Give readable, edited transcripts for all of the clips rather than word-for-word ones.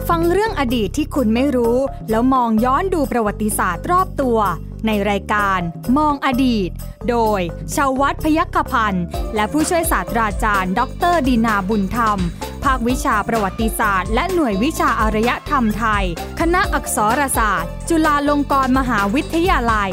ฟังเรื่องอดีตที่คุณไม่รู้แล้วมองย้อนดูประวัติศาสตร์รอบตัวในรายการมองอดีตโดยชวัฒน์ พยัคฆพันธ์และผู้ช่วยศาสตราจารย์ดร.ดินาบุญธรรมภาควิชาประวัติศาสตร์และหน่วยวิชาอารยธรรมไทยคณะอักษรศาสตร์จุฬาลงกรณ์มหาวิทยาลัย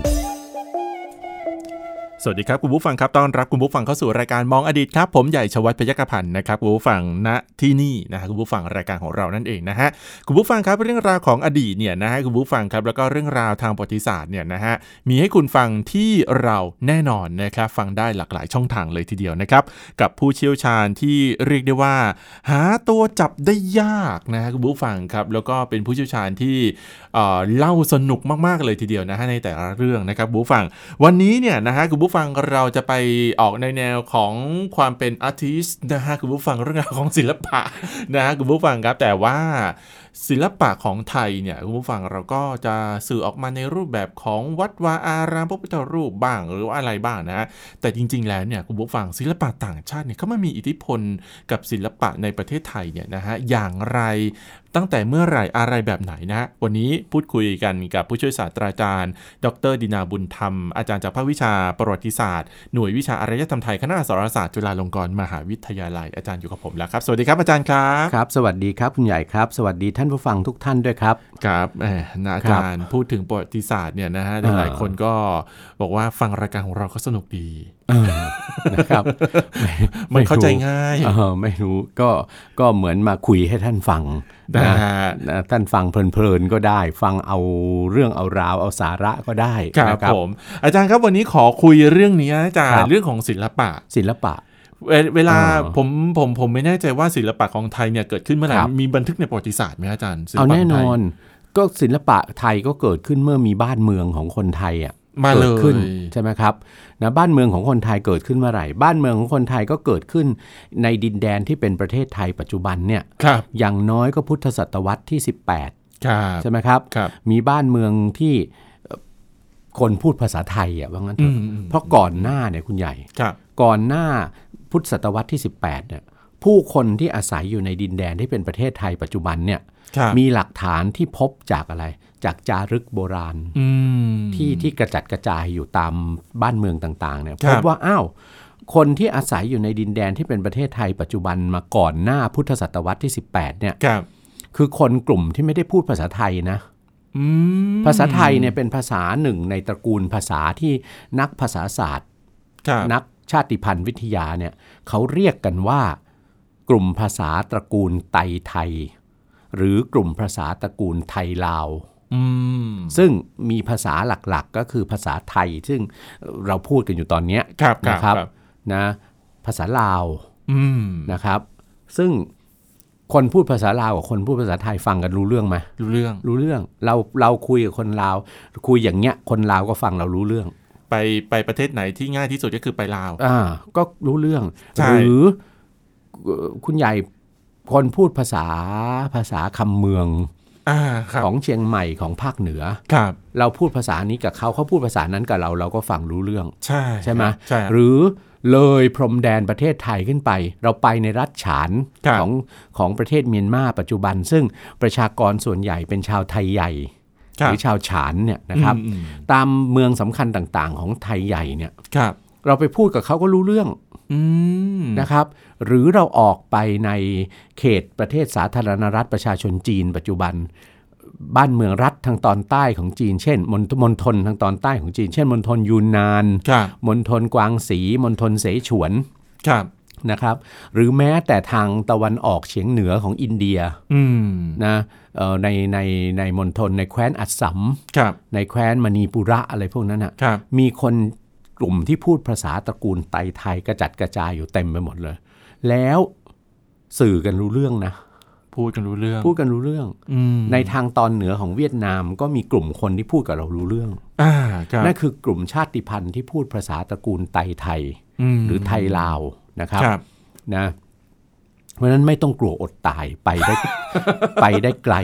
สวัสดีครับคุณผู้ฟังครับต้อนรับคุณผู้ฟังเข้าสู่รายการมองอดีตครับผมใหญ่ชวัฒน์ พยัคฆพันธ์นะครับคุณผู้ฟังณที่นี่นะฮะคุณผู้ฟังรายการของเรานั่นเองนะฮะคุณผู้ฟังครับเรื่องราวของอดีตเนี่ยนะฮะคุณผู้ฟังครับแล้วก็เรื่องราวทางประวัติศาสตร์เนี่ยนะฮะมีให้คุณฟังที่เราแน่นอนนะครับฟังได้หลากหลายช่องทางเลยทีเดียวนะครับกับผู้เชี่ยวชาญที่เรียกได้ว่าหาตัวจับได้ยากนะฮะคุณผู้ฟังครับแล้วก็เป็นผู้เชี่ยวชาญที่เล่าสนุกมากๆเลยทีเดียวนะฮะในแต่ละเรื่องนะครับคุณผู้ฟังวันนี้เนี่ยนะฮะคุณผู้ฟังเราจะไปออกในแนวของความเป็นอาร์ติสต์นะฮะคุณผู้ฟังเรื่องราวของศิลปะนะฮะคุณผู้ฟังครับแต่ว่าศิลปะของไทยเนี่ยคุณผู้ฟังเราก็จะสื่อออกมาในรูปแบบของวัดวาอารามพระพุทธรูปบ้างหรือว่าอะไรบ้างนะฮะแต่จริงๆแล้วเนี่ยคุณผู้ฟังศิลปะต่างชาติเนี่ยเขามามีอิทธิพลกับศิลปะในประเทศไทยเนี่ยนะฮะอย่างไรตั้งแต่เมื่อไหร่อะไรแบบไหนนะวันนี้พูดคุยกันกับผู้ช่วยศาสตราจารย์ดร.ดินาบุญธรรมอาจารย์จากภาควิชาประวัติศาสตร์หน่วยวิชาอารยธรรมไทยคณะอักษรศาสตร์จุฬาลงกรณ์มหาวิทยาลัยอาจารย์อยู่กับผมแล้วครับสวัสดีครับอาจารย์ครับครับสวัสดีครับคุณใหญ่ครับสวัสดีท่านผู้ฟังทุกท่านด้วยครับครับอาจารย์พูดถึงประวัติศาสตร์เนี่ยนะฮะหลายคนก็บอกว่าฟังรายการของเราก็สนุกดีนะครับมันเข้าใจง่ายไม่รู้ก็เหมือนมาคุยให้ท่านฟังนะท่านฟังเพลินๆก็ได้ฟังเอาเรื่องเอาราวเอาสาระก็ได้ครับผมอาจารย์ครับวันนี้ขอคุยเรื่องนี้อาจารย์เรื่องของศิลปะเวลาผมไม่แน่ใจว่าศิลปะของไทยเนี่ยเกิดขึ้นเมื่อไหร่มีบันทึกในประวัติศาสตร์ไหมอาจารย์เอาแน่นอนก็ศิลปะไทยก็เกิดขึ้นเมื่อมีบ้านเมืองของคนไทยมาเลยขึ้นใช่ไหมครับนะบ้านเมืองของคนไทยเกิดขึ้นเมื่อไหร่บ้านเมืองของคนไทยก็เกิดขึ้นในดินแดนที่เป็นประเทศไทยปัจจุบันเนี่ยอย่างน้อยก็พุทธศตวรรษที่18ใช่ไหมครับมีบ้านเมืองที่คนพูดภาษาไทยว่างั้นเถอะเพราะก่อนหน้าเนี่ยคุณใหญ่ก่อนหน้าพุทธศตวรรษที่18เนี่ยผู้คนที่อาศัยอยู่ในดินแดนที่เป็นประเทศไทยปัจจุบันเนี่ยมีหลักฐานที่พบจากอะไรจากจารึกโบราณที่กระจัดกระจายอยู่ตามบ้านเมืองต่างๆเนี่ยพบว่าคนที่อาศัยอยู่ในดินแดนที่เป็นประเทศไทยปัจจุบันมาก่อนหน้าพุทธศตวรรษที่18เนี่ยคือคนกลุ่มที่ไม่ได้พูดภาษาไทยนะภาษาไทยเนี่ยเป็นภาษาหนึ่งในตระกูลภาษาที่นักภาษาศาสตร์นักชาติพันธุ์วิทยาเนี่ยเขาเรียกกันว่ากลุ่มภาษาตระกูลไตไทยหรือกลุ่มภาษาตระกูลไทยลาวซึ่งมีภาษาหลักๆก็คือภาษาไทยซึ่งเราพูดกันอยู่ตอนนี้นะครับนะภาษาลาวนะครับซึ่งคนพูดภาษาลาวกับคนพูดภาษาไทยฟังกันรู้เรื่องไหมรู้เรื่องเราคุยกับคนลาวคุยอย่างเงี้ยคนลาวก็ฟังเรารู้เรื่องไปประเทศไหนที่ง่ายที่สุดก็คือไปลาวก็รู้เรื่องหรือคุณใหญ่คนพูดภาษาคำเมืองของเชียงใหม่ของภาคเหนือเราพูดภาษานี้กับเขาพูดภาษานั้นกับเราก็ฟังรู้เรื่องใช่ไหมหรือเลยพรมแดนประเทศไทยขึ้นไปเราไปในรัฐฉานของประเทศเมียนมาปัจจุบันซึ่งประชากรส่วนใหญ่เป็นชาวไทยใหญ่หรือชาวฉานเนี่ยนะครับตามเมืองสำคัญต่างๆของไทยใหญ่เนี่ยเราไปพูดกับเขาก็รู้เรื่องนะครับหรือเราออกไปในเขตประเทศสาธารณรัฐประชาชนจีนปัจจุบันบ้านเมืองรัฐทางตอนใต้ของจีนเช่นมณฑลทางตอนใต้ของจีนเช่นมณฑลยูนนานมณฑลกวางสีมณฑลเสฉวนนะครับหรือแม้แต่ทางตะวันออกเฉียงเหนือของอินเดียนะในมณฑลในแคว้นอัสสัมในแคว้นมณีปุระอะไรพวกนั้นนะมีคนกลุ่มที่พูดภาษาตระกูลไตไทยกระจัดกระจายอยู่เต็มไปหมดเลยแล้วสื่อกันรู้เรื่องนะพูดกันรู้เรื่องในทางตอนเหนือของเวียดนามก็มีกลุ่มคนที่พูดกับเรารู้เรื่องนั่นคือกลุ่มชาติพันธุ์ที่พูดภาษาตระกูลไตไทยหรือไทยลาวนะครับนะเพราะฉะนั้นไม่ต้องกลัวอดตายไปได้ไกล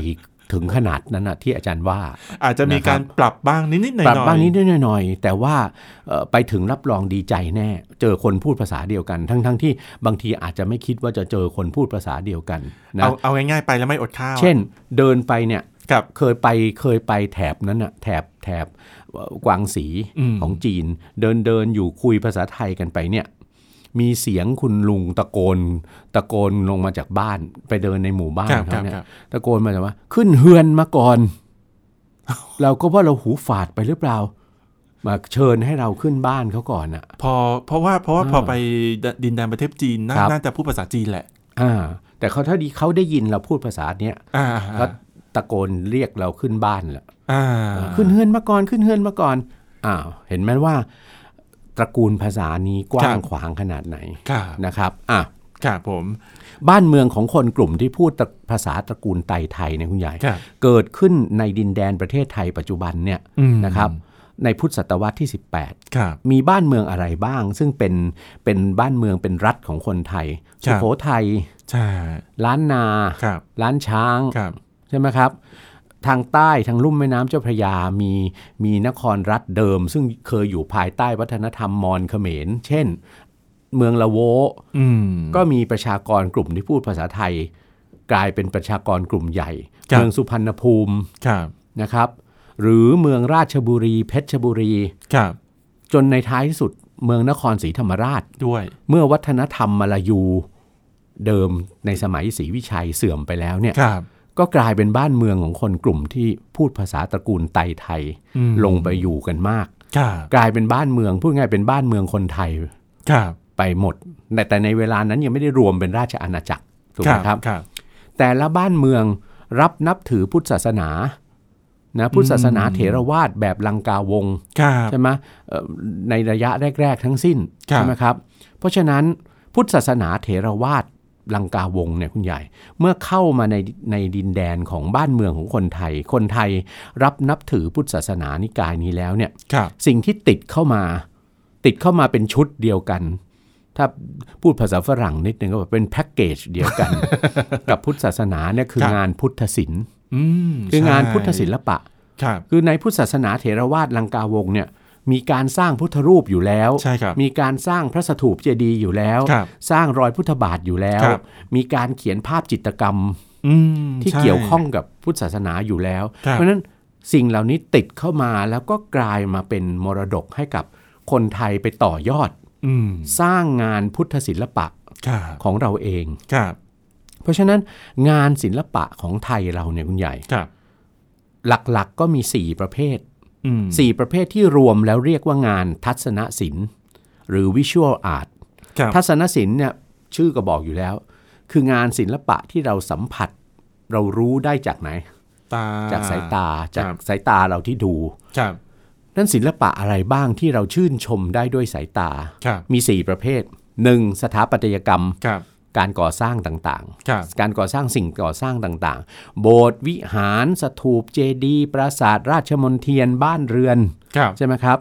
ถึงขนาดนั้นนะที่อาจารย์ว่าอาจจะมีการปรับบ้างนิดๆหน่อยๆปรับบ้างนิดๆหน่อยๆแต่ว่าไปถึงรับรองดีใจแน่เจอคนพูดภาษาเดียวกันทั้งที่บางทีอาจจะไม่คิดว่าจะเจอคนพูดภาษาเดียวกันนะเอาง่ายๆไปแล้วไม่อดข้าวเช่นเดินไปเนี่ยเคยไปแถบนั้นน่ะแถบกวางสีของจีนเดินอยู่คุยภาษาไทยกันไปเนี่ยมีเสียงคุณลุงตะโกนลงมาจากบ้านไปเดินในหมู่บ้านเขาเนี่ยตะโกนมาจากว่าขึ้นเฮือนมาก่อน เราก็ว่าเราหูฝาดไปหรือเปล่ามาเชิญให้เราขึ้นบ้านเขาก่อนอ่ะเพราะว่าพอไปดินแดนประเทศจีนน่าจะพูดภาษาจีนแหละแต่เขาได้ยินเราพูดภาษาเนี้ยก็ตะโกนเรียกเราขึ้นบ้านแหละขึ้นเฮือนมาก่อนขึ้นเฮือนมาก่อนเห็นไหมว่าตระกูลภาษานี้กว้างขวางขนาดไหนนะครับครับผมบ้านเมืองของคนกลุ่มที่พูดภาษาตระกูลไตไทยเนี่ยคุณใหญ่เกิดขึ้นในดินแดนประเทศไทยปัจจุบันเนี่ยนะครับในพุทธศตวรรษที่18มีบ้านเมืองอะไรบ้างซึ่งเป็นบ้านเมืองเป็นรัฐของคนไทยสุโขทัยล้านนาล้านช้างใช่ไหมครับทางใต้ทางลุ่มแม่น้ำเจ้าพระยามีนครรัฐเดิมซึ่งเคยอยู่ภายใต้วัฒนธรรมมอญเขมรเช่นเมืองละโวก็มีประชากรกลุ่มที่พูดภาษาไทยกลายเป็นประชากรกลุ่มใหญ่เมืองสุพรรณภูมินะครับหรือเมืองราชบุรีเพชรบุรีจนในท้ายที่สุดเมืองนครศรีธรรมราชด้วยเมื่อวัฒนธรรมมลายูเดิมในสมัยศรีวิชัยเสื่อมไปแล้วเนี่ยก็กลายเป็นบ้านเมืองของคนกลุ่มที่พูดภาษาตระกูลไตไทยลงไปอยู่กันมากกลายเป็นบ้านเมืองพูดง่ายเป็นบ้านเมืองคนไทยไปหมดแต่ในเวลานั้นยังไม่ได้รวมเป็นราชอาณาจักรถูกไหมครับแต่ละบ้านเมืองรับนับถือพุทธศาสนานะพุทธศาสนาเถรวาทแบบลังกาวงใช่ไหมในระยะแรกๆทั้งสิ้นใช่ไหมครับเพราะฉะนั้นพุทธศาสนาเถรวาทลังกาวงเนี่ยคุณใหญ่เมื่อเข้ามาในดินแดนของบ้านเมืองของคนไทยรับนับถือพุทธศาสนานิกายนี้แล้วเนี่ยสิ่งที่ติดเข้ามาเป็นชุดเดียวกันถ้าพูดภาษาฝรั่งนิดนึงก็แบบเป็นแพ็กเกจเดียวกัน กับพุทธศาสนาเนี่ยคืองานพุทธศิลป์คืองานพุทธศิลปะคือในพุทธศาสนาเถรวาทลังกาวงเนี่ยมีการสร้างพุทธรูปอยู่แล้วมีการสร้างพระสถูปเจดีย์อยู่แล้วสร้างรอยพุทธบาทอยู่แล้วมีการเขียนภาพจิตรกรรมที่เกี่ยวข้องกับพุทธศาสนาอยู่แล้วเพราะฉะนั้นสิ่งเหล่านี้ติดเข้ามาแล้วก็กลายมาเป็นมรดกให้กับคนไทยไปต่อยอดสร้างงานพุทธศิลปะของเราเองเพราะฉะนั้นงานศิลปะของไทยเราเนี่ยคุณใหญ่หลักๆก็มี4ประเภท4ประเภทที่รวมแล้วเรียกว่างานทัศนศิลป์หรือ Visual Art ทัศนศิลป์เนี่ยชื่อก็บอกอยู่แล้วคืองานศิลปะที่เราสัมผัสเรารู้ได้จากไหนจากสายตาจากสายตาเราที่ดูนั่นศิลปะอะไรบ้างที่เราชื่นชมได้ด้วยสายตามี4ประเภท1สถาปัตยกรรมการก่อสร้างต่างๆการก่อสร้างสิ่งก่อสร้างต่างๆโบสถ์วิหารสถูปเจดีย์ปราสาทราชมณฑลบ้านเรือนใช่ไหมครับ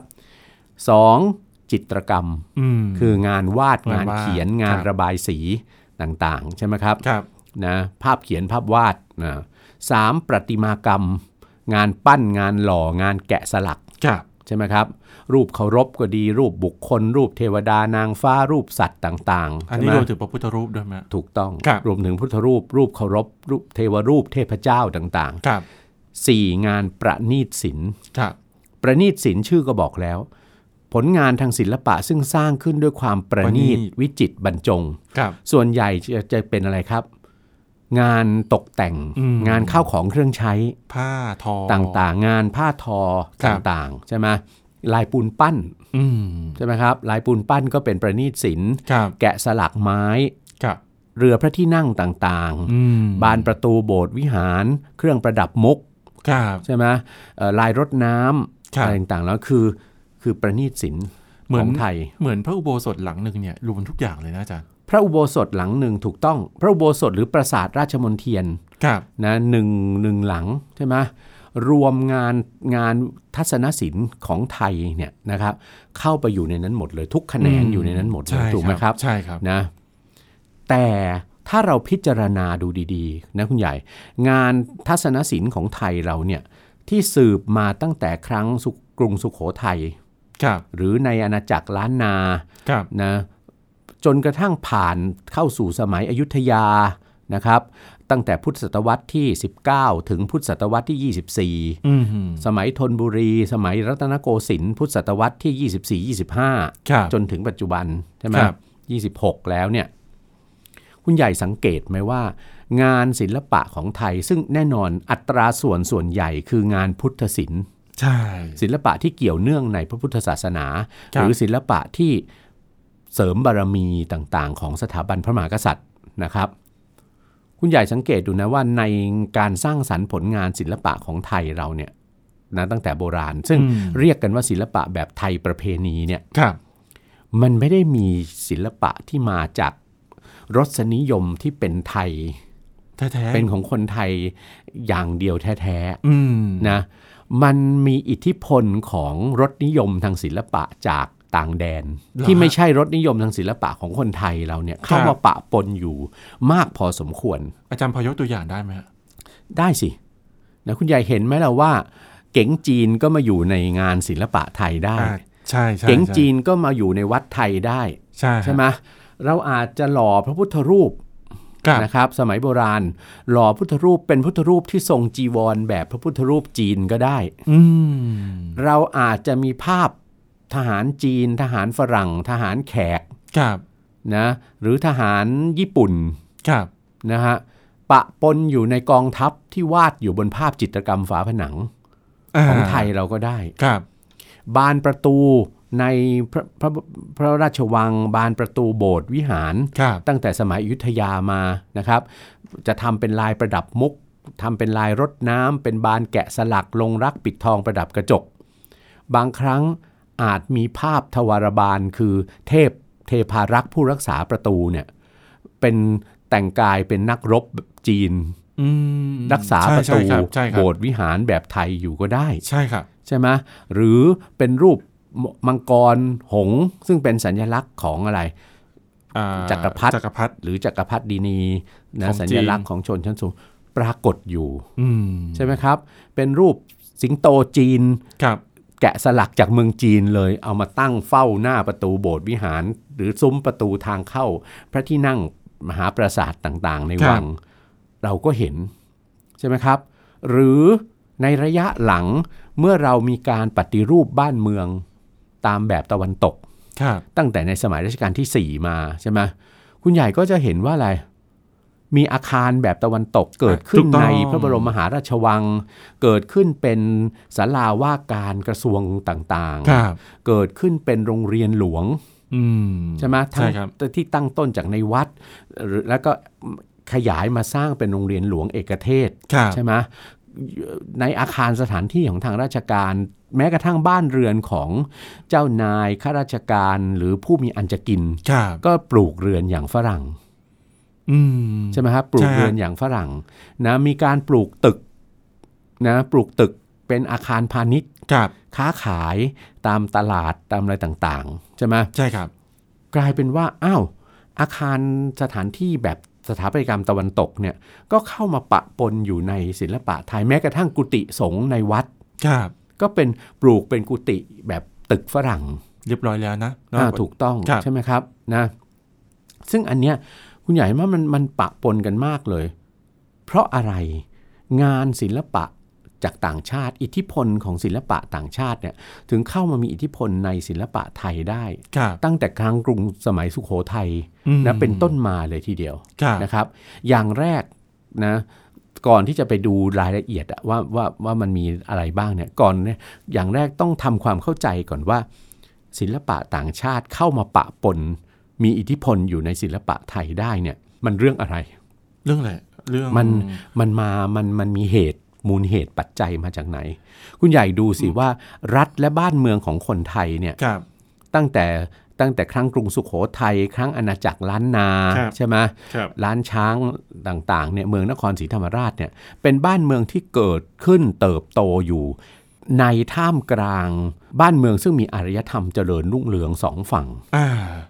2จิตรกรรมคืองานวาดงานเขียนงานระบายสีต่างๆใช่ไหมครับนะภาพเขียนภาพวาดนะ3ประติมากรรมงานปั้นงานหล่องานแกะสลักใช่ไหมครับรูปเคารพก็ดีรูปบุคคลรูปเทวดานางฟ้ารูปสัตว์ต่างๆอันนี้รวมถึงพระพุทธรูปด้วยไหมถูกต้องรวมถึงพุทธรูปรูปเคารพรูปเทวรูปเทพเจ้าต่างๆ4งานประณีตศิลป์ประณีตศิลป์ชื่อก็บอกแล้วผลงานทางศิลปะซึ่งสร้างขึ้นด้วยความประณีตวิจิตรบรรจงส่วนใหญ่จะเป็นอะไรครับงานตกแต่งงานข้าวของเครื่องใช้ผ้าทอต่างๆงานผ้าทอต่างๆใช่ไหมลายปูนปั้นใช่ไหมครับลายปูนปั้นก็เป็นประณีตศิลป์แกะสลักไม้เรือพระที่นั่งต่างๆบานประตูโบสถ์วิหารเครื่องประดับมุกใช่ไหมลายรถน้ำอะไรต่างๆแล้วคือประณีตศิลป์ของไทยเหมือนพระอุโบสถหลังหนึ่งเนี่ยรวมทุกอย่างเลยนะอาจารย์พระอุโบสถหลังหนึ่งถูกต้องพระอุโบสถหรือปราสาทราชมณฑลนะหนึ่งหลังใช่ไหมรวมงานทัศนศิลป์ของไทยเนี่ยนะครับเข้าไปอยู่ในนั้นหมดเลยทุกแขนงอยู่ในนั้นหมดเลยถูกไหมครับใช่ครับนะแต่ถ้าเราพิจารณาดูดีๆนะคุณใหญ่งานทัศนศิลป์ของไทยเราเนี่ยที่สืบมาตั้งแต่ครั้งกรุงสุโขทัยหรือในอาณาจักรล้านนานะจนกระทั่งผ่านเข้าสู่สมัยอยุธยานะครับตั้งแต่พุทธศตวรรษที่19ถึงพุทธศตวรรษที่24สมัยธนบุรีสมัยรัตนโกสินทร์พุทธศตวรรษที่24-25จนถึงปัจจุบันใช่ไหม26แล้วเนี่ยคุณใหญ่สังเกตไหมว่างานศิลปะของไทยซึ่งแน่นอนอัตราส่วนใหญ่คืองานพุทธศิลป์ศิลปะที่เกี่ยวเนื่องในพระพุทธศาสนาหรือศิลปะที่เสริมบารมีต่างๆของสถาบันพระมหากษัตริย์นะครับคุณใหญ่สังเกตดูนะว่าในการสร้างสรรค์ผลงานศิลปะของไทยเราเนี่ยนะตั้งแต่โบราณซึ่งเรียกกันว่าศิลปะแบบไทยประเพณีเนี่ยมันไม่ได้มีศิลปะที่มาจากรสนิยมที่เป็นไทยเป็นของคนไทยอย่างเดียวแท้ๆนะมันมีอิทธิพลของรสนิยมทางศิลปะจากต่างแดนที่ไม่ใช่รสนิยมทางศิลปะของคนไทยเราเนี่ยเข้ามาปะปนอยู่มากพอสมควรอาจารย์พอยกตัวอย่างได้ไหมได้สินะคุณใหญ่เห็นไหมล่ะว่าเก๋งจีนก็มาอยู่ในงานศิลปะไทยได้ใช่เก๋งจีนก็มาอยู่ในวัดไทยได้ใช่ไหมเราอาจจะหล่อพระพุทธรูปนะครับสมัยโบราณหล่อพุทธรูปเป็นพุทธรูปที่ทรงจีวรแบบพระพุทธรูปจีนก็ได้เราอาจจะมีภาพทหารจีนทหารฝรั่งทหารแขกนะหรือทหารญี่ปุ่นนะฮะปะปนอยู่ในกองทัพที่วาดอยู่บนภาพจิตรกรรมฝาผนังของไทยเราก็ได้บานประตูในพระราชวังบานประตูโบสถ์วิหารตั้งแต่สมัยอยุธยามานะครับจะทำเป็นลายประดับมุกทำเป็นลายรดน้ำเป็นบานแกะสลักลงรักปิดทองประดับกระจกบางครั้งอาจมีภาพทวารบาลคือเทพารักษ์ผู้รักษาประตูเนี่ยเป็นแต่งกายเป็นนักรบจีนรักษาประตูโบสถ์วิหารแบบไทยอยู่ก็ได้ใช่ครับใช่ไหมหรือเป็นรูปมังกรหงส์ซึ่งเป็นสัญลักษณ์ของอะไรจักรพรรดิหรือจักรพรรดินีนะสัญลักษณ์ของชนชั้นสูงปรากฏอยู่ใช่ไหมครับเป็นรูปสิงโตจีนแกะสลักจากเมืองจีนเลยเอามาตั้งเฝ้าหน้าประตูโบสถ์วิหารหรือซุ้มประตูทางเข้าพระที่นั่งมหาปราสาทต่างๆในวังเราก็เห็นใช่ไหมครับหรือในระยะหลังเมื่อเรามีการปฏิรูปบ้านเมืองตามแบบตะวันตกตั้งแต่ในสมัยรัชกาลที่4มาใช่ไหมคุณใหญ่ก็จะเห็นว่าอะไรมีอาคารแบบตะวันตกเกิดขึ้นในพระบรมมหาราชวังเกิดขึ้นเป็นศาลาว่าการกระทรวงต่างๆเกิดขึ้นเป็นโรงเรียนหลวงใช่ไหมทั้งที่ตั้งต้นจากในวัดแล้วก็ขยายมาสร้างเป็นโรงเรียนหลวงเอกเทศใช่ไหมในอาคารสถานที่ของทางราชการแม้กระทั่งบ้านเรือนของเจ้านายข้าราชการหรือผู้มีอันจะกินก็ปลูกเรือนอย่างฝรั่งใช่ไหมครับปลูกเรือนอย่างฝรั่งนะมีการปลูกตึกนะปลูกตึกเป็นอาคารพาณิชย์ค้าขายตามตลาดตามอะไรต่างๆใช่ไหมใช่ครับกลายเป็นว่าอ้าวอาคารสถานที่แบบสถาปัตยกรรมตะวันตกเนี่ยก็เข้ามาปะปนอยู่ในศิลปะไทยแม้กระทั่งกุฏิสงฆ์ในวัดก็เป็นปลูกเป็นกุฏิแบบตึกฝรั่งเรียบร้อยแล้วนะถูกต้องใช่ไหมครับนะซึ่งอันเนี้ยคุณใหญ่ว่ามันปะปนกันมากเลยเพราะอะไรงานศิลปะจากต่างชาติอิทธิพลของศิลปะต่างชาติเนี่ยถึงเข้ามามีอิทธิพลในศิลปะไทยได้ตั้งแต่ครั้งกรุงสมัยสุโขทัยนะเป็นต้นมาเลยทีเดียวนะครับอย่างแรกนะก่อนที่จะไปดูรายละเอียดว่ามันมีอะไรบ้างเนี่ยก่อนเนี่ยอย่างแรกต้องทำความเข้าใจก่อนว่าศิลปะต่างชาติเข้ามาปะปนมีอิทธิพลอยู่ในศิลปะไทยได้เนี่ยมันเรื่องอะไรเรื่องอะไรเรื่องมันมีเหตุมูลเหตุปัจจัยมาจากไหนคุณใหญ่ดูสิว่ารัฐและบ้านเมืองของคนไทยเนี่ยตั้งแต่ครั้งกรุงสุโขทัยครั้งอาณาจักรล้านนาใช่ไหมล้านช้างต่างๆเนี่ยเมืองนครศรีธรรมราชเนี่ยเป็นบ้านเมืองที่เกิดขึ้นเติบโตอยู่ในท่ามกลางบ้านเมืองซึ่งมีอารยธรรมเจริญรุ่งเรืองสองฝั่ง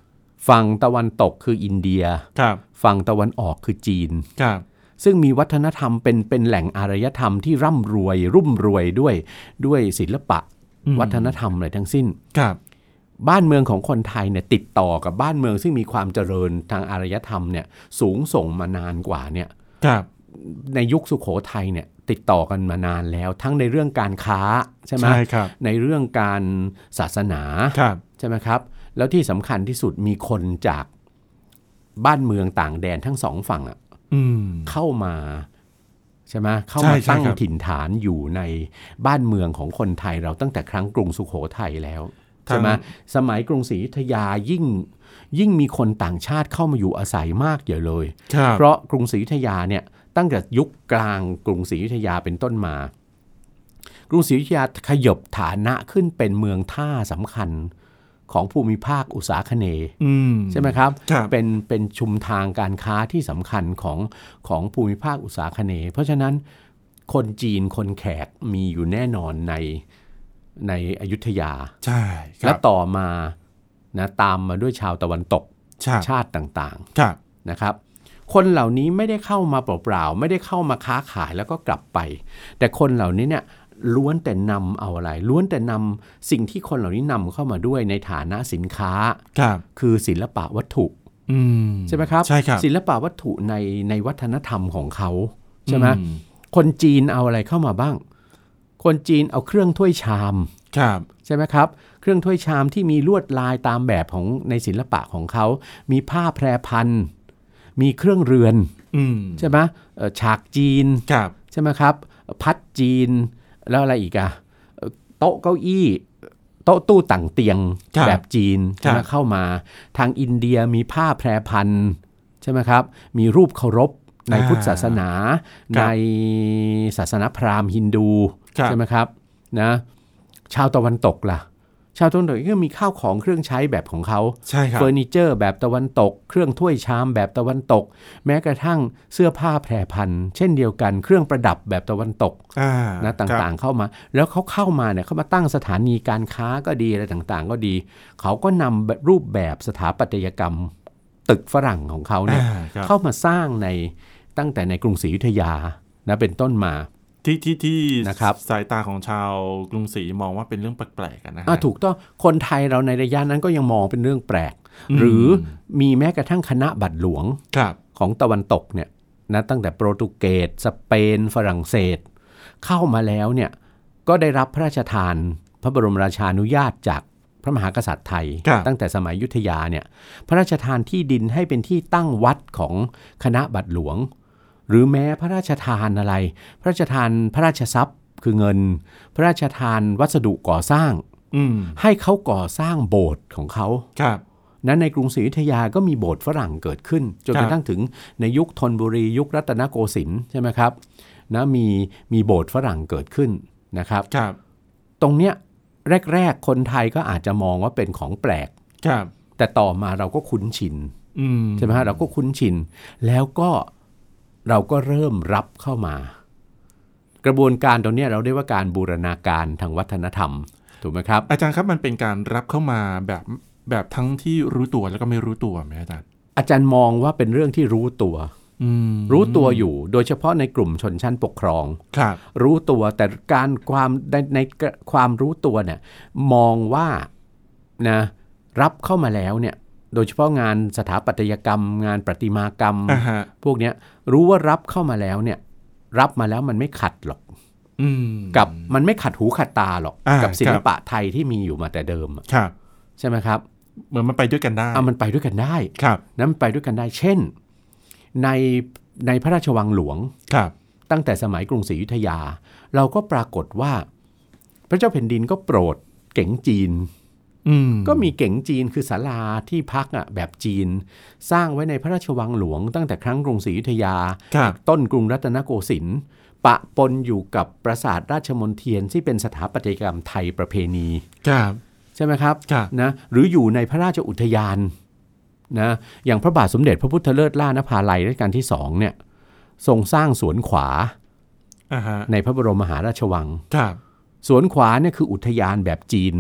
ฝั่งตะวันตกคืออินเดียฝั่งตะวันออกคือจีนซึ่งมีวัฒนธรรมเป็นแหล่งอารยธรรมที่ร่ำรวยรุ่มรวยด้วยศิลปะวัฒนธรรมอะไรทั้งสิ้นบ้านเมืองของคนไทยเนี่ยติดต่อกับบ้านเมืองซึ่งมีความเจริญทางอารยธรรมเนี่ยสูงส่งมานานกว่าเนี่ยในยุคสุโขทัยเนี่ยติดต่อกันมานานแล้วทั้งในเรื่องการค้าใช่ไหมในเรื่องการศาสนาใช่ไหมครับแล้วที่สำคัญที่สุดมีคนจากบ้านเมืองต่างแดนทั้งสองฝั่งเข้ามาใช่ไหมเข้ามาตั้งถิ่นฐานอยู่ในบ้านเมืองของคนไทยเราตั้งแต่ครั้งกรุงสุโขทัยแล้วใช่ไหมสมัยกรุงศรีอยุธยายิ่งมีคนต่างชาติเข้ามาอยู่อาศัยมากเยอะเลยเพราะกรุงศรีอยุธยาเนี่ยตั้งแต่ยุคกลางกรุงศรีอยุธยาเป็นต้นมากรุงศรีอยุธยาขยบฐานะขึ้นเป็นเมืองท่าสำคัญของภูมิภาคอุษาคเนย์ใช่ไหมครับเป็นชุมทางการค้าที่สำคัญของภูมิภาคอุษาคเนย์เพราะฉะนั้นคนจีนคนแขกมีอยู่แน่นอนในอยุธยาใช่และต่อมานะตามมาด้วยชาวตะวันตกชาติต่างๆนะครับคนเหล่านี้ไม่ได้เข้ามาเปล่าๆไม่ได้เข้ามาค้าขายแล้วก็กลับไปแต่คนเหล่านี้เนี่ยล้วนแต่นำเอาอะไรล้วนแต่นำสิ่งที่คนเหล่านี้นำเข้ามาด้วยในฐานะสินค้าคือศิลปะวัตถุใช่ไหมครับศิลปะวัตถุในวัฒนธรรมของเขาใช่ไหมคนจีนเอาอะไรเข้ามาบ้างคนจีนเอาเครื่องถ้วยชามใช่ไหมครับเครื่องถ้วยชามที่มีลวดลายตามแบบของในศิลปะของเขามีผ้าแพรพันมีเครื่องเรือนใช่ไหมฉากจีนใช่ไหมครับพัดจีนแล้วอะไรอีกอะโต๊ะเก้าอี้โต๊ะตู้ต่างเตียงแบบจีนเข้ามาทางอินเดียมีผ้าแพรพันใช่ไหมครับมีรูปเคารพในพุทธศาสนาในศาสนาพราหมณ์ฮินดูใช่ไหมครับนะชาวตะวันตกล่ะชาวตะวันตกก็มีข้าวของเครื่องใช้แบบของเขาเฟอร์นิเจอร์แบบตะวันตกเครื่องถ้วยชามแบบตะวันตกแม้กระทั่งเสื้อผ้าแพรพันเช่นเดียวกันเครื่องประดับแบบตะวันตกนะต่างๆเข้ามาแล้วเขาเข้ามาเนี่ยเขามาตั้งสถานีการค้าก็ดีอะไรต่างๆก็ดีเขาก็นำรูปแบบสถาปัตยกรรมตึกฝรั่งของเขาเนี่ยเข้ามาสร้างในตั้งแต่ในกรุงศรีอยุธยานะเป็นต้นมาที่นะครับสายตาของชาวกรุงศรีมองว่าเป็นเรื่องแปลกๆนะถูกต้องคนไทยเราในระยะนั้นก็ยังมองเป็นเรื่องแปลกหรือมีแม้กระทั่งคณะบัตรหลวงของตะวันตกเนี่ยนะตั้งแต่โปรตุเกสสเปนฝรั่งเศสเข้ามาแล้วเนี่ยก็ได้รับพระราชทานพระบรมราชานุญาตจากพระมหากษัตริย์ไทยตั้งแต่สมัยอยุธยาเนี่ยพระราชทานที่ดินให้เป็นที่ตั้งวัดของคณะบัตรหลวงหรือแม้พระราชทานอะไรพระราชทานพระราชทรัพย์คือเงินพระราชทานวัสดุก่อสร้างให้เขาก่อสร้างโบสถ์ของเขานั้นในกรุงศรีอยุธยาก็มีโบสถ์ฝรั่งเกิดขึ้นจนกระทั่งถึงในยุคธนบุรียุครัตนโกสินทร์ใช่ไหมครับนะมีโบสถ์ฝรั่งเกิดขึ้นนะครับตรงเนี้ยแรกๆคนไทยก็อาจจะมองว่าเป็นของแปลกแต่ต่อมาเราก็คุ้นชินใช่ไหมฮะเราก็คุ้นชินแล้วก็เราก็เริ่มรับเข้ามากระบวนการตรงนี้เราเรียกว่าการบูรณาการทางวัฒนธรรมถูกไหมครับอาจารย์ครับมันเป็นการรับเข้ามาแบบทั้งที่รู้ตัวแล้วก็ไม่รู้ตัวไหมอาจารย์อาจารย์มองว่าเป็นเรื่องที่รู้ตัวอยู่โดยเฉพาะในกลุ่มชนชั้นปกครองรู้ตัวแต่การในความรู้ตัวเนี่ยมองว่านะรับเข้ามาแล้วเนี่ยโดยเฉพาะงานสถาปัตยกรรมงานประติมากรรมพวกนี้รู้ว่ารับเข้ามาแล้วเนี่ยรับมาแล้วมันไม่ขัดหรอกกับมันไม่ขัดหูขัดตาหรอกกับศิลปะไทยที่มีอยู่มาแต่เดิมใช่ไหมครับเหมือนมันไปด้วยกันได้มันไปด้วยกันได้นั้นมันไปด้วยกันได้เช่นในพระราชวังหลวงตั้งแต่สมัยกรุงศรีอยุธยาเราก็ปรากฏว่าพระเจ้าแผ่นดินก็โปรดเก๋งจีนก็มีเก๋งจีนคือศาลาที่พักแบบจีนสร้างไว้ในพระราชวังหลวงตั้งแต่ครั้งกรุงศรีอยุธยาต้นกรุงรัตนโกสินทร์ปะปนอยู่กับปราสาทราชมณฑีที่เป็นสถาปัตยกรรมไทยประเพณีใช่ไหมครับนะหรืออยู่ในพระราชอุทยานนะอย่างพระบาทสมเด็จพระพุทธเลิศล่านภาลัยรัชกาลที่2เนี่ยทรงสร้างสวนขวาในพระบรมมหาราชวังสวนขวาเนี่ยคืออุทยานแบบจีน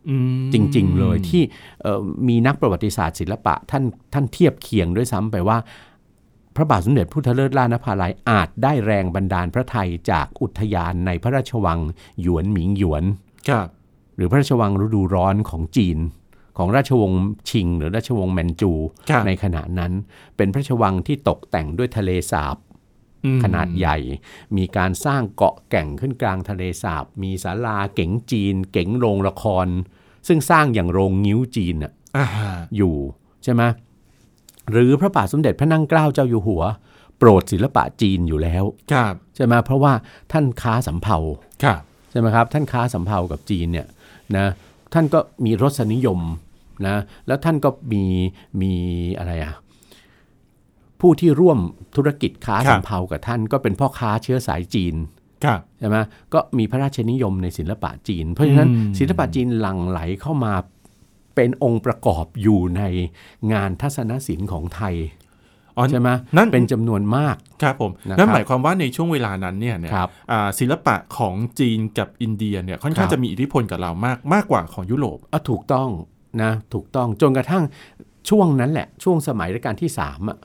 จริงๆเลยที่มีนักประวัติศาสตร์ศิลปะท่านเทียบเคียงด้วยซ้ำไปว่าพระบาทสมเด็จพุทธเลิศล่านภาลัยอาจได้แรงบันดาลพระทัยจากอุทยานในพระราชวังหยวนหมิงหยวนหรือพระราชวังฤดูร้อนของจีนของราชวงศ์ชิงหรือราชวงศ์แมนจูในขณะนั้นเป็นพระราชวังที่ตกแต่งด้วยทะเลสาบขนาดใหญ่มีการสร้างเกาะแก่งขึ้นกลางทะเลสาบมีศาลาเก๋งจีนเก๋งโรงละครซึ่งสร้างอย่างโรงงิ้วจีนอยู่ใช่ไหมหรือพระบาทสมเด็จพระนั่งเกล้าเจ้าอยู่หัวโปรดศิลปะจีนอยู่แล้วใช่ไหมเพราะว่าท่านค้าสำเภาใช่ไหมครับท่านค้าสำเภากับจีนเนี่ยนะท่านก็มีรสนิยมนะแล้วท่านก็มีอะไรผู้ที่ร่วมธุรกิจค้าสำเภากับท่านก็เป็นพ่อค้าเชื้อสายจีนใช่ไหมก็มีพระราชนิยมในศิลปะจีนเพราะฉะนั้นศิลปะจีนหลั่งไหลเข้ามาเป็นองค์ประกอบอยู่ในงานทัศนศิลป์ของไทยใช่ไหมนั่นเป็นจำนวนมากครับผมนั่นหมายความว่าในช่วงเวลานั้นเนี่ยศิลปะของจีนกับอินเดียเนี่ยค่อนข้างจะมีอิทธิพลกับเรามากกว่าของยุโรปถูกต้องนะถูกต้องจนกระทั่งช่วงนั้นแหละช่วงสมัยรัชกาลที่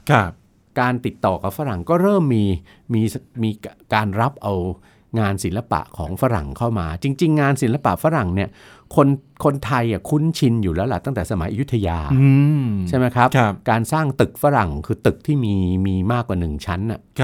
3การติดต่อกับฝรั่งก็เริ่มมีการรับเอางานศิลปะของฝรั่งเข้ามาจริงๆงานศิลปะฝรั่งเนี่ยคนไทยคุ้นชินอยู่แล้วล่ะตั้งแต่สมัยอยุธยาใช่ไหมครับการสร้างตึกฝรั่งคือตึกที่มีมากกว่า1ชั้น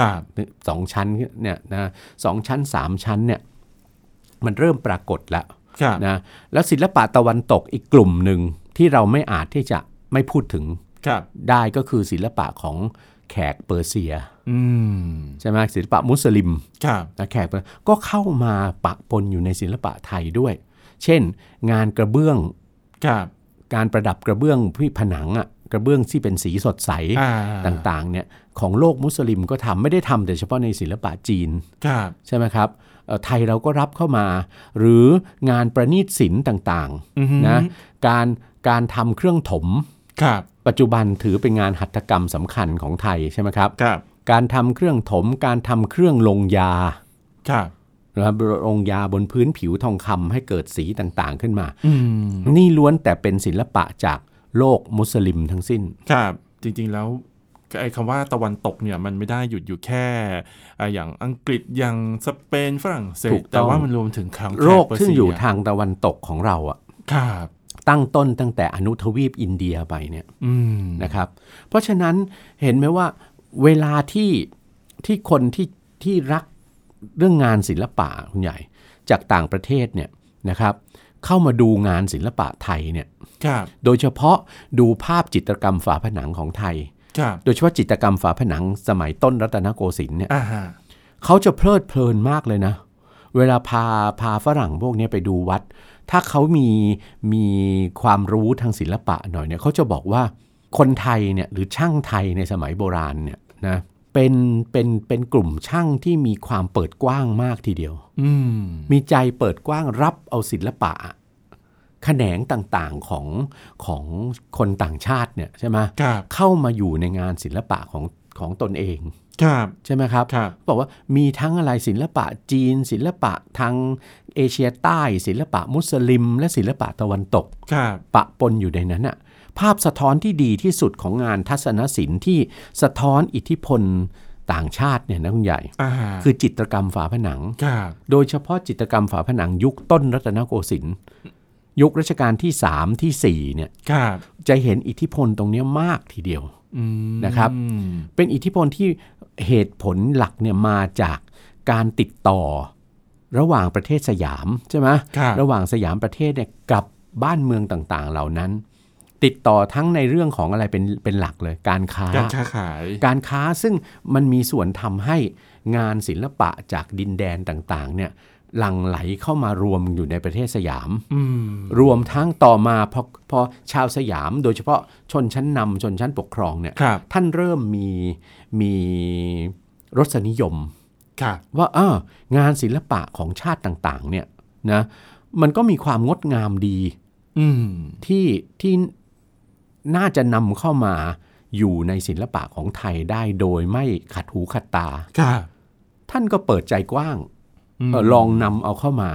2ชั้นเนี่ยนะ2ชั้น3ชั้นเนี่ยมันเริ่มปรากฏแล้วนะแล้วศิลปะตะวันตกอีกกลุ่มหนึ่งที่เราไม่อาจที่จะไม่พูดถึงได้ก็คือศิลปะของแขกเปอร์เซียใช่ไหมศิลปะมุสลิมนะแขกก็เข้ามาปะปนอยู่ในศิลปะไทยด้วยเช่นงานกระเบื้องการประดับกระเบื้องที่ผนังกระเบื้องที่เป็นสีสดใสต่างๆเนี่ยของโลกมุสลิมก็ทำไม่ได้ทำแต่เฉพาะในศิลปะจีนใช่ไหมครับไทยเราก็รับเข้ามาหรืองานประณีตศิลป์ต่างๆนะการทำเครื่องถมปัจจุบันถือเป็นงานหัตถกรรมสำคัญของไทยใช่ไหมครับการทำเครื่องถมการทำเครื่องลงยาลงยาบนพื้นผิวทองคำให้เกิดสีต่างๆขึ้นมานี่ล้วนแต่เป็นศิลปะจากโลกมุสลิมทั้งสิ้นครับจริงๆแล้วไอ้คำว่าตะวันตกเนี่ยมันไม่ได้หยุดอยู่แค่อย่างอังกฤษอย่างสเปนฝรั่งเศสแต่ว่ามันรวมถึงโลกที่อยู่ทางตะวันตกของเราตั้งต้นตั้งแต่อนุทวีปอินเดียไปเนี่ยนะครับเพราะฉะนั้นเห็นไหมว่าเวลาที่คนที่รักเรื่องงานศิลปะคุณใหญ่จากต่างประเทศเนี่ยนะครับเข้ามาดูงานศิลปะไทยเนี่ยโดยเฉพาะดูภาพจิตรกรรมฝาผนังของไทยโดยเฉพาะจิตรกรรมฝาผนังสมัยต้นรัตนโกสินทร์เนี่ยเขาจะเพลิดเพลินมากเลยนะเวลาพาฝรั่งพวกนี้ไปดูวัดถ้าเขามีความรู้ทางศิลปะหน่อยเนี่ยเขาจะบอกว่าคนไทยเนี่ยหรือช่างไทยในสมัยโบราณเนี่ยนะเป็นกลุ่มช่างที่มีความเปิดกว้างมากทีเดียวมีใจเปิดกว้างรับเอาศิลปะแขนงต่างๆของคนต่างชาติเนี่ยใช่ไหมเข้ามาอยู่ในงานศิลปะของตนเองใช่ไหมครับบอกว่ามีทั้งอะไรศิลปะจีนศิลปะทางเอเชียใต้ศิลปะมุสลิมและศิลปะตะวันตกปะปนอยู่ในนั้นน่ะภาพสะท้อนที่ดีที่สุดของงานทัศนศิลป์ที่สะท้อนอิทธิพลต่างชาติเนี่ยนะคุณใหญ่คือจิตรกรรมฝาผนังโดยเฉพาะจิตรกรรมฝาผนังยุคต้นรัตนโกสินทร์ยุครัชกาลที่3ที่4เนี่ยจะเห็นอิทธิพลตรงนี้มากทีเดียวนะครับเป็นอิทธิพลที่เหตุผลหลักเนี่ยมาจากการติดต่อระหว่างประเทศสยามใช่ไหมระหว่างสยามประเทศเนี่ยกับบ้านเมืองต่างๆเหล่านั้นติดต่อทั้งในเรื่องของอะไรเป็นหลักเลยการค้าขายการค้าซึ่งมันมีส่วนทำให้งานศิลปะจากดินแดนต่างๆเนี่ยหลั่งไหลเข้ามารวมอยู่ในประเทศสยามรวมทั้งต่อมาพอชาวสยามโดยเฉพาะชนชั้นนำชนชั้นปกครองเนี่ยท่านเริ่มมีรสนิยมว่างานศิลปะของชาติต่างๆเนี่ยนะมันก็มีความงดงามดีที่น่าจะนำเข้ามาอยู่ในศิลปะของไทยได้โดยไม่ขัดหูขัดตาท่านก็เปิดใจกว้างลองนำเอาเข้ามา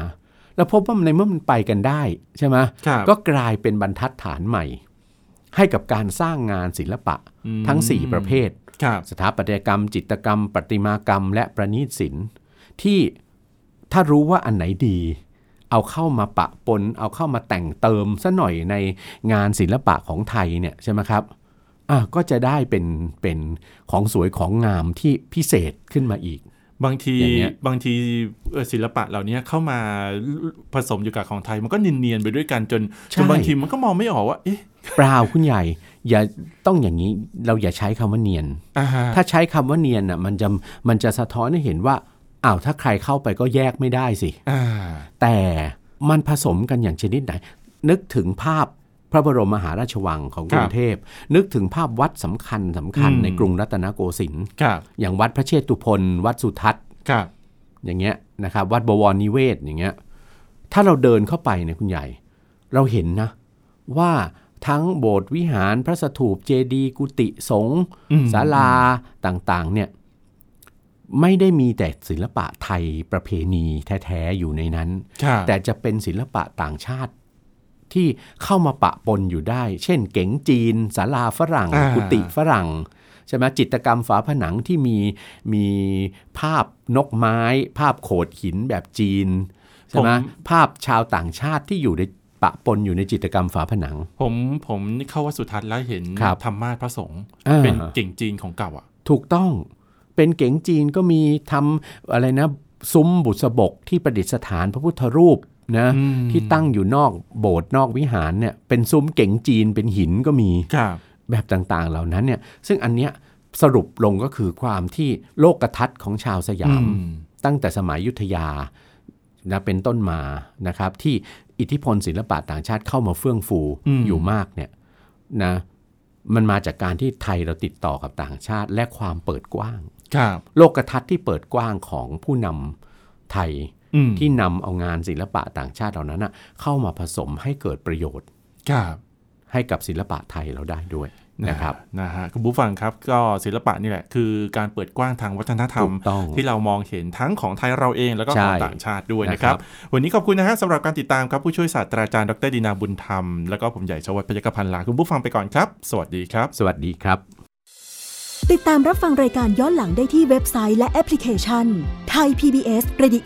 แล้วพบว่าในเมื่อมันไปกันได้ใช่ไหมก็กลายเป็นบรรทัดฐานใหม่ให้กับการสร้างงานศิลปะทั้ง4ประเภทสถาปัตยกรรมจิตรกรรมประติมากรรมและประณีตศิลป์ที่ถ้ารู้ว่าอันไหนดีเอาเข้ามาปะปนเอาเข้ามาแต่งเติมซะหน่อยในงานศิลปะของไทยเนี่ยใช่ไหมครับก็จะได้เป็นของสวยของงามที่พิเศษขึ้นมาอีกบางทีศิลปะเหล่านี้เข้ามาผสมอยู่กับของไทยมันก็เนียนๆไปด้วยกันจนบางทีมันก็มองไม่ออกว่าเอ๊ะเปล่าคุณใหญ่อย่าต้องอย่างนี้เราอย่าใช้คำว่าเนียนถ้าใช้คำว่าเนียนน่ะมันจะสะท้อนให้เห็นว่าถ้าใครเข้าไปก็แยกไม่ได้สิแต่มันผสมกันอย่างชนิดไหนนึกถึงภาพพระบรมมหาราชวังของกรุงเทพนึกถึงภาพวัดสำคัญในกรุงรัตนโกสินทร์อย่างวัดพระเชตุพนวัดสุทัศน์อย่างเงี้ยนะครับวัดบวรนิเวศอย่างเงี้ยถ้าเราเดินเข้าไปเนี่ยคุณใหญ่เราเห็นนะว่าทั้งโบสถ์วิหารพระสถูปเจดีย์กุฏิสงฆ์ศาลาต่างๆเนี่ยไม่ได้มีแต่ศิลปะไทยประเพณีแท้ๆอยู่ในนั้นแต่จะเป็นศิลปะต่างชาติที่เข้ามาปะปนอยู่ได้เช่นเก๋งจีนศาลาฝรั่งกุฏิฝรั่งใช่ไหมจิตรกรรมฝาผนังที่มีภาพนกไม้ภาพโขดหินแบบจีนใช่ไหมภาพชาวต่างชาติที่อยู่ในปะปนอยู่ในจิตรกรรมฝาผนังผมเข้าวัดสุทัศน์แล้วเห็นธรรมาสน์พระสงฆ์เป็นเก๋งจีนของเก่าถูกต้องเป็นเก๋งจีนก็มีทำอะไรนะซุ้มบุษบกที่ประดิษฐานพระพุทธรูปนะที่ตั้งอยู่นอกโบสถ์นอกวิหารเนี่ยเป็นซุ้มเก๋งจีนเป็นหินก็มีแบบต่างๆเหล่านั้นเนี่ยซึ่งอันเนี้ยสรุปลงก็คือความที่โลกทัศน์ของชาวสยามตั้งแต่สมัยอยุธยานะเป็นต้นมานะครับที่อิทธิพลศิลปะต่างชาติเข้ามาเฟื่องฟูอยู่มากเนี่ยนะมันมาจากการที่ไทยเราติดต่อกับต่างชาติและความเปิดกว้างโลกทัศน์ที่เปิดกว้างของผู้นำไทยที่นำเอางานศิลปะต่างชาติเหล่านั้นเข้ามาผสมให้เกิดประโยชน์ให้กับศิลปะไทยเราได้ด้วยนะครับคุณผู้ฟังครับก็ศิลปะนี่แหละคือการเปิดกว้างทางวัฒนธรรมที่เรามองเห็นทั้งของไทยเราเองแล้วก็ของต่างชาติด้วยนะครับวันนี้ขอบคุณนะฮะสำหรับการติดตามครับผู้ช่วยศาสตราจารย์ดร.ดินาบุญธรรมแล้วก็ผมใหญ่ชวัฒน์พยัคฆพันธ์ลาคุณผู้ฟังไปก่อนครับสวัสดีครับสวัสดีครับติดตามรับฟังรายการย้อนหลังได้ที่เว็บไซต์และแอปพลิเคชัน Thai PBS Radio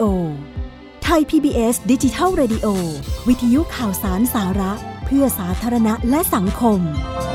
Thai PBS Digital Radio วิทยุข่าวสารสาระเพื่อสาธารณะและสังคม